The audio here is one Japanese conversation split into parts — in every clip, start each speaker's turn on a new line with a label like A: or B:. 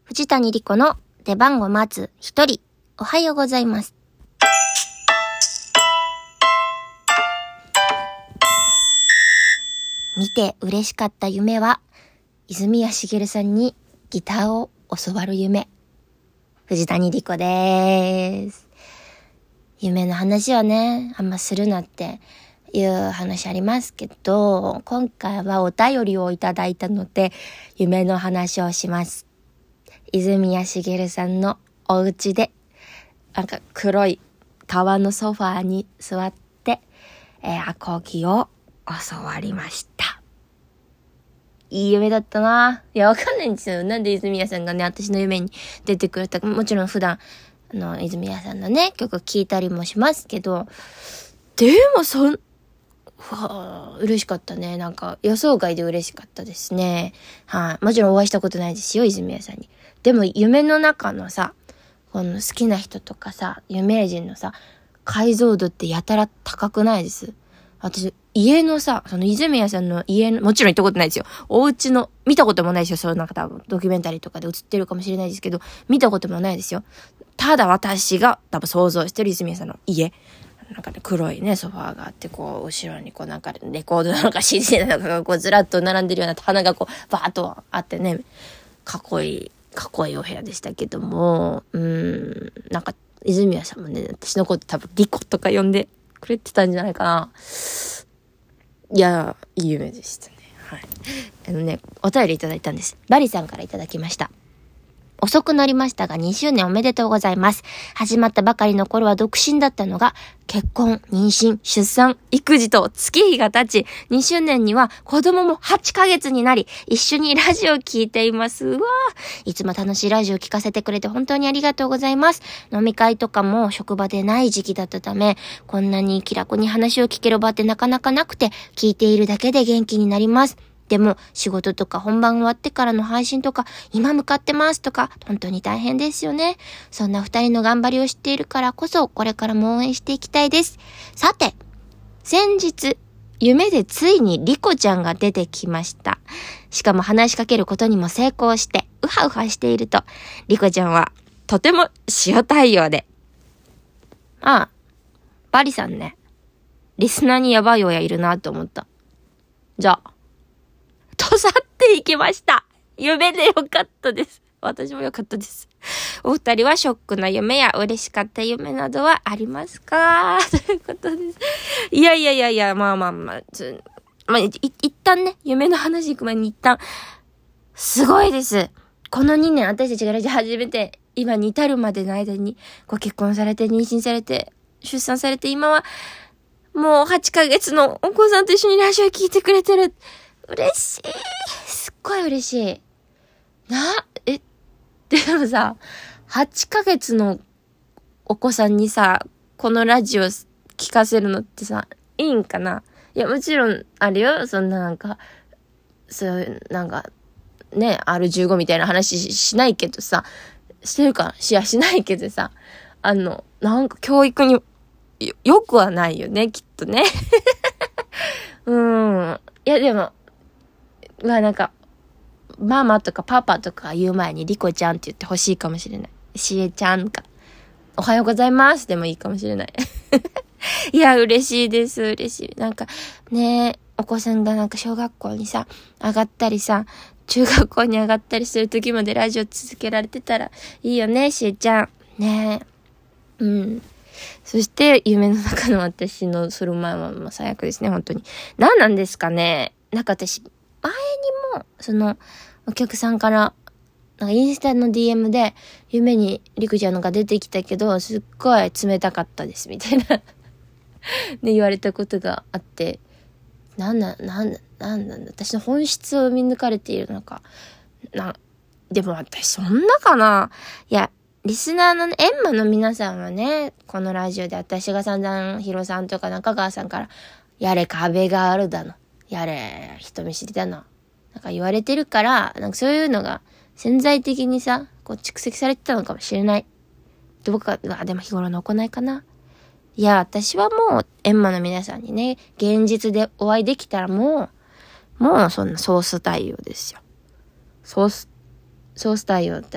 A: 藤谷莉子の出番を待つ一人。おはようございます。見て嬉しかった夢は、泉谷しげるさんにギターを教わる夢。藤谷莉子です。夢の話はね、あんまするなっていう話ありますけど、今回はお便りをいただいたので、夢の話をします。泉谷しげるさんのお家で、なんか黒い革のソファーに座って、アコギを教わりました。いい夢だったな。いや、わかんないんですよ。なんで泉谷さんがね、私の夢に出てくれたか。もちろん普段、泉谷さんのね、曲聴いたりもしますけど、でも嬉しかったね。なんか予想外で嬉しかったですね。はい、もちろんお会いしたことないですよ、泉谷さんに。でも夢の中のさ、この好きな人とかさ、有名人のさ、解像度ってやたら高くないです。私、家のさ、その泉谷さんの家の、もちろん行ったことないですよ。お家の、見たこともないですよ。そうなんか多分ドキュメンタリーとかで映ってるかもしれないですけど、見たこともないですよ。ただ私が多分想像してる泉谷さんの家。なんかね、黒いね、ソファーがあって、こう、後ろにこうなんかレコードなのか CD なのかがこうずらっと並んでるような棚がこう、バーっとあってね、かっこいいお部屋でしたけども、なんか、泉谷さんもね、私のこと多分リコとか呼んでくれてたんじゃないかな。いや、いい夢でしたね。はい。お便りいただいたんです。バリさんからいただきました。遅くなりましたが2周年おめでとうございます。始まったばかりの頃は独身だったのが、結婚、妊娠、出産、育児と月日が経ち、2周年には子供も8ヶ月になり、一緒にラジオを聞いています。うわー、いつも楽しいラジオを聞かせてくれて本当にありがとうございます。飲み会とかも職場でない時期だったため、こんなに気楽に話を聞ける場ってなかなかなくて、聞いているだけで元気になります。でも仕事とか本番終わってからの配信とか今向かってますとか本当に大変ですよね。そんな二人の頑張りを知っているからこそこれからも応援していきたいです。さて、先日夢でついにリコちゃんが出てきました。しかも話しかけることにも成功してうはうはしていると、リコちゃんはとても塩対応で、バリさんね、リスナーにやばい親いるなと思った。じゃあと去っていきました。夢でよかったです。私もよかったです。お二人はショックな夢や嬉しかった夢などはありますかということです。いや、まあ、一旦ね、夢の話行く前に一旦、すごいです。この2年私たちがラジオ始めて、今に至るまでの間に、ご結婚されて、妊娠されて、出産されて、今は、もう8ヶ月のお子さんと一緒にラジオ聞いてくれてる。嬉しい。すっごい嬉しい。でもさ、8ヶ月のお子さんにさ、このラジオ聞かせるのってさ、いいんかな？いや、もちろん、あるよ。そんななんか、そういう、なんか、ね、R15 みたいな話しないけどさ、してるかしないけどさ、なんか教育によくはないよね、きっとね。いや、でも、なんか、ママとかパパとか言う前にリコちゃんって言ってほしいかもしれない。しえちゃんか。おはようございますでもいいかもしれない。いや、嬉しいです。嬉しい。なんか、ね、お子さんがなんか小学校にさ、上がったりさ、中学校に上がったりする時までラジオ続けられてたらいいよね、しえちゃん。ね。そして、夢の中の私のする前はもう最悪ですね、本当に。何なんですかね。なんか私、前にも、お客さんから、なんかインスタの DM で、夢にリクちゃんのが出てきたけど、すっごい冷たかったです、みたいなで言われたことがあって、なんだ、私の本質を見抜かれているのか。でも私そんなかな。いや、リスナーのね、エンマの皆さんはね、このラジオで私が散々ヒロさんとか中川さんから、やれ壁があるだの。やれ人見知りだの。なんか言われてるから、なんかそういうのが潜在的にさ、こう蓄積されてたのかもしれない。どうか、でも日頃の行いかな。いや、私はもう、エンマの皆さんにね、現実でお会いできたらもうそんなソース対応ですよ。ソース対応って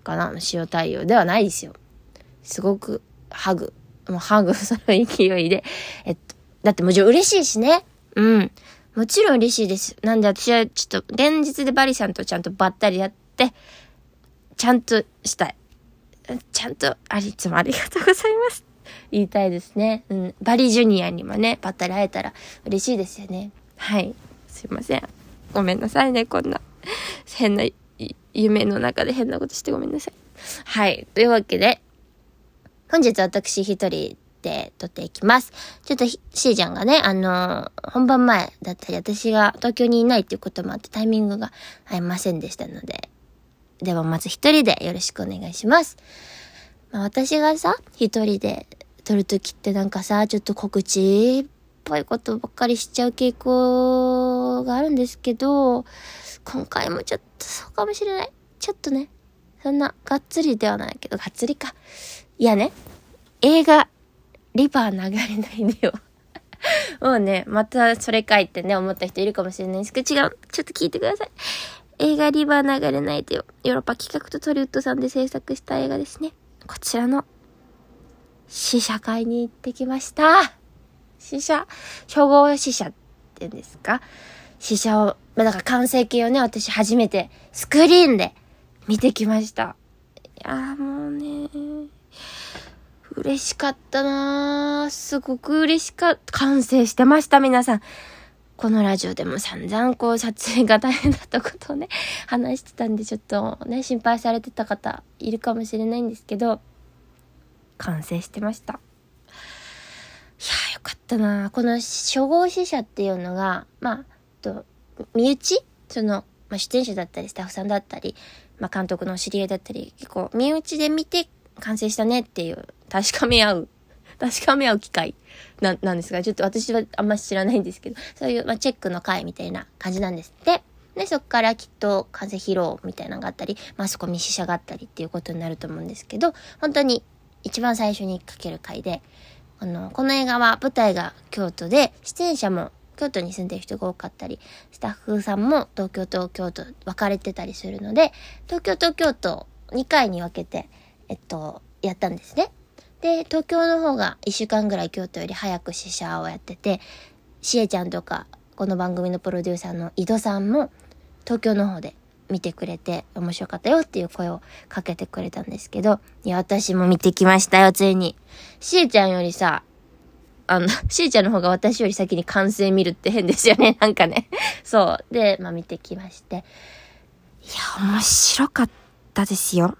A: かな、塩対応ではないですよ。すごくもうハグその勢いで、だってもちろん嬉しいしね。うん。もちろん嬉しいです。なんで私はちょっと現実でバリさんとちゃんとばったりやって、ちゃんとしたい。ちゃんと、いつもありがとうございます。言いたいですね。うん。バリジュニアにもね、ばったり会えたら嬉しいですよね。はい。すいません。ごめんなさいね、こんな。変な、夢の中で変なことしてごめんなさい。はい。というわけで、本日私一人で撮っていきます。ちょっとしーちゃんがね、本番前だったり、私が東京にいないっていうこともあってタイミングが合いませんでしたので、ではまず一人でよろしくお願いします。私がさ、一人で撮るときってなんかさ、ちょっと告知っぽいことばっかりしちゃう傾向があるんですけど、今回もちょっとそうかもしれない。ちょっとね、そんながっつりではないけど、がっつりか。いやね、映画、リバー流れないんだよ。もうね、またそれかいってね、思った人いるかもしれないんですけど、違う。ちょっと聞いてください。映画リバー流れないでよ。ヨーロッパ企画とトリウッドさんで制作した映画ですね。こちらの試写会に行ってきました。初号試写って言うんですか？試写を、だから完成形をね、私初めてスクリーンで見てきました。いやーもうね、嬉しかったなー。すごく嬉しかった。完成してました、皆さん。このラジオでも散々撮影が大変だったことをね、話してたんでちょっとね、心配されてた方いるかもしれないんですけど、完成してました。いやーよかったな。この初号試写っていうのが、身内出演者だったりスタッフさんだったり、監督の知り合いだったり、結構身内で見て完成したねっていう確かめ合う機会なんですが、ちょっと私はあんま知らないんですけど、そういう、チェックの会みたいな感じなんですって。で、そっからきっと完成披露みたいなのがあったり、マスコミ試写があったりっていうことになると思うんですけど、本当に一番最初にかける会で、この映画は舞台が京都で、出演者も京都に住んでる人が多かったり、スタッフさんも東京と京都分かれてたりするので、東京と京都2回に分けて、やったんですね。で、東京の方が1週間ぐらい京都より早く試写をやってて、しえちゃんとか、この番組のプロデューサーの井戸さんも、東京の方で見てくれて、面白かったよっていう声をかけてくれたんですけど、いや、私も見てきましたよ、ついに。しえちゃんよりさ、しえちゃんの方が私より先に完成見るって変ですよね、なんかね。そう。で、見てきまして。いや、面白かったですよ。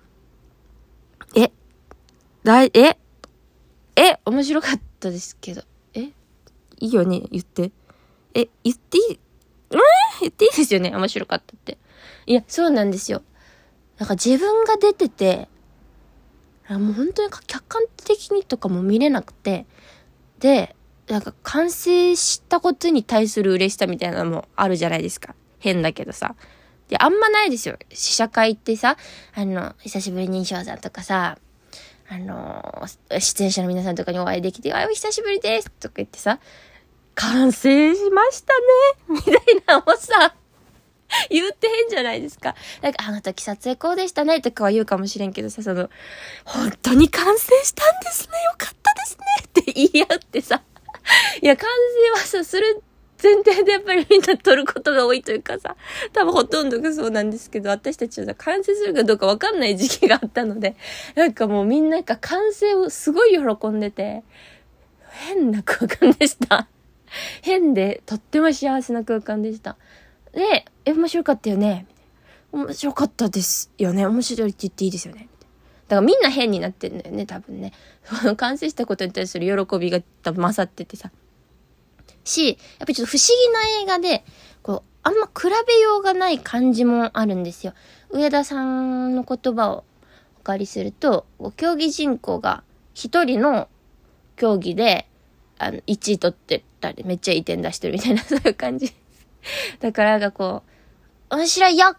A: 面白かったですけど。いいよね、言って。言っていい言っていいですよね、面白かったって。いや、そうなんですよ。なんか自分が出てて、もう本当に客観的にとかも見れなくて、で、なんか完成したことに対する嬉しさみたいなのもあるじゃないですか。変だけどさ。で、あんまないですよ。試写会ってさ、久しぶりに翔さんとかさ、出演者の皆さんとかにお会いできて、お久しぶりですとか言ってさ、完成しましたねみたいなのをさ、言って変じゃないですか。なんか、あの時撮影こうでしたねとかは言うかもしれんけどさ、本当に完成したんですね、よかったですねって言い合ってさ、いや、完成はさ、する前提でやっぱりみんな撮ることが多いというかさ、多分ほとんどがそうなんですけど、私たちはさ、完成するかどうかわかんない時期があったので、なんかもうみんなが完成をすごい喜んでて、変な空間でした。変で、とっても幸せな空間でした。で、面白かったよね。面白かったですよね。面白いって言っていいですよね。だからみんな変になってんだよね、多分ね。完成したことに対する喜びが多分勝っててさ。やっぱりちょっと不思議な映画で、あんま比べようがない感じもあるんですよ。上田さんの言葉をお借りすると、競技人口が一人の競技で、1位取ってたり、めっちゃいい点出してるみたいな、そういう感じ。だから面白いよって、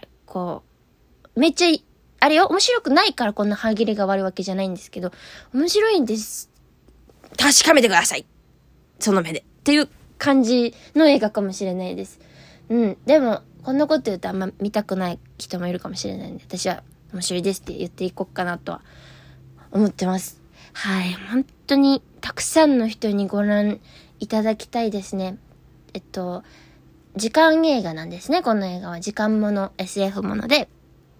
A: めっちゃあれよ、面白くないからこんな歯切れが悪いわけじゃないんですけど、面白いんです。確かめてください。その目で。っていう感じの映画かもしれないです。うん。でも、こんなこと言うとあんま見たくない人もいるかもしれないんで、私は面白いですって言っていこうかなとは思ってます。はい。本当にたくさんの人にご覧いただきたいですね。時間映画なんですね。この映画は時間もの、SF もので、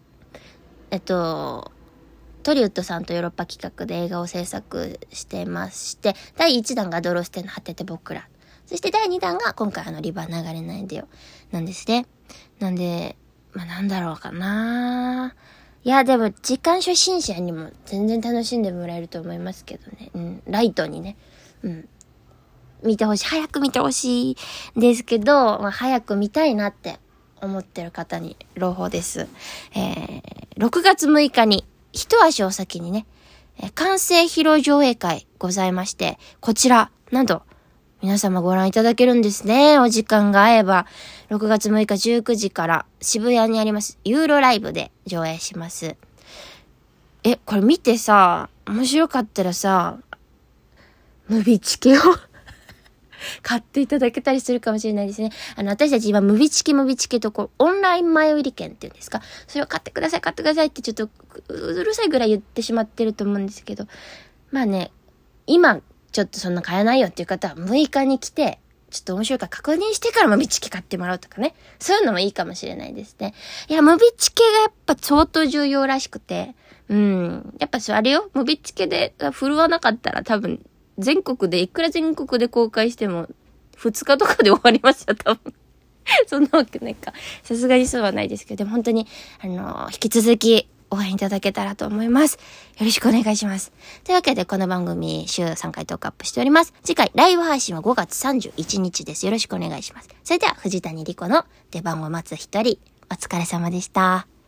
A: トリウッドさんとヨーロッパ企画で映画を制作してまして、第1弾がドロステの果てて僕ら。そして第2弾が今回リバー流れないでよ。なんですね。なんで、なんだろうかな。いや、でも時間初心者にも全然楽しんでもらえると思いますけどね。ライトにね。見てほしい。早く見てほしいですけど、早く見たいなって思ってる方に朗報です。6月6日に一足お先にね、完成披露上映会ございまして、こちら、なんと、皆様ご覧いただけるんですね。お時間が合えば、6月6日19時から渋谷にありますユーロライブで上映します。これ見てさ、面白かったらさ、ムビチケを買っていただけたりするかもしれないですね。私たち今、ムビチケとオンライン前売り券っていうんですか。それを買ってくださいってちょっとうるさいぐらい言ってしまってると思うんですけど。今、ちょっとそんな買えないよっていう方は6日に来て、ちょっと面白いから確認してからムビチケ買ってもらうとかね。そういうのもいいかもしれないですね。いや、ムビチケがやっぱ相当重要らしくて。やっぱあれよ、ムビチケで振るわなかったら多分、いくら全国で公開しても、2日とかで終わりますよ、多分。そんなわけないか。さすがにそうはないですけど、でも本当に、引き続き応援いただけたらと思います。よろしくお願いします。というわけで、この番組、週3回トークアップしております。次回、ライブ配信は5月31日です。よろしくお願いします。それでは、藤谷莉子の出番を待つ一人、お疲れ様でした。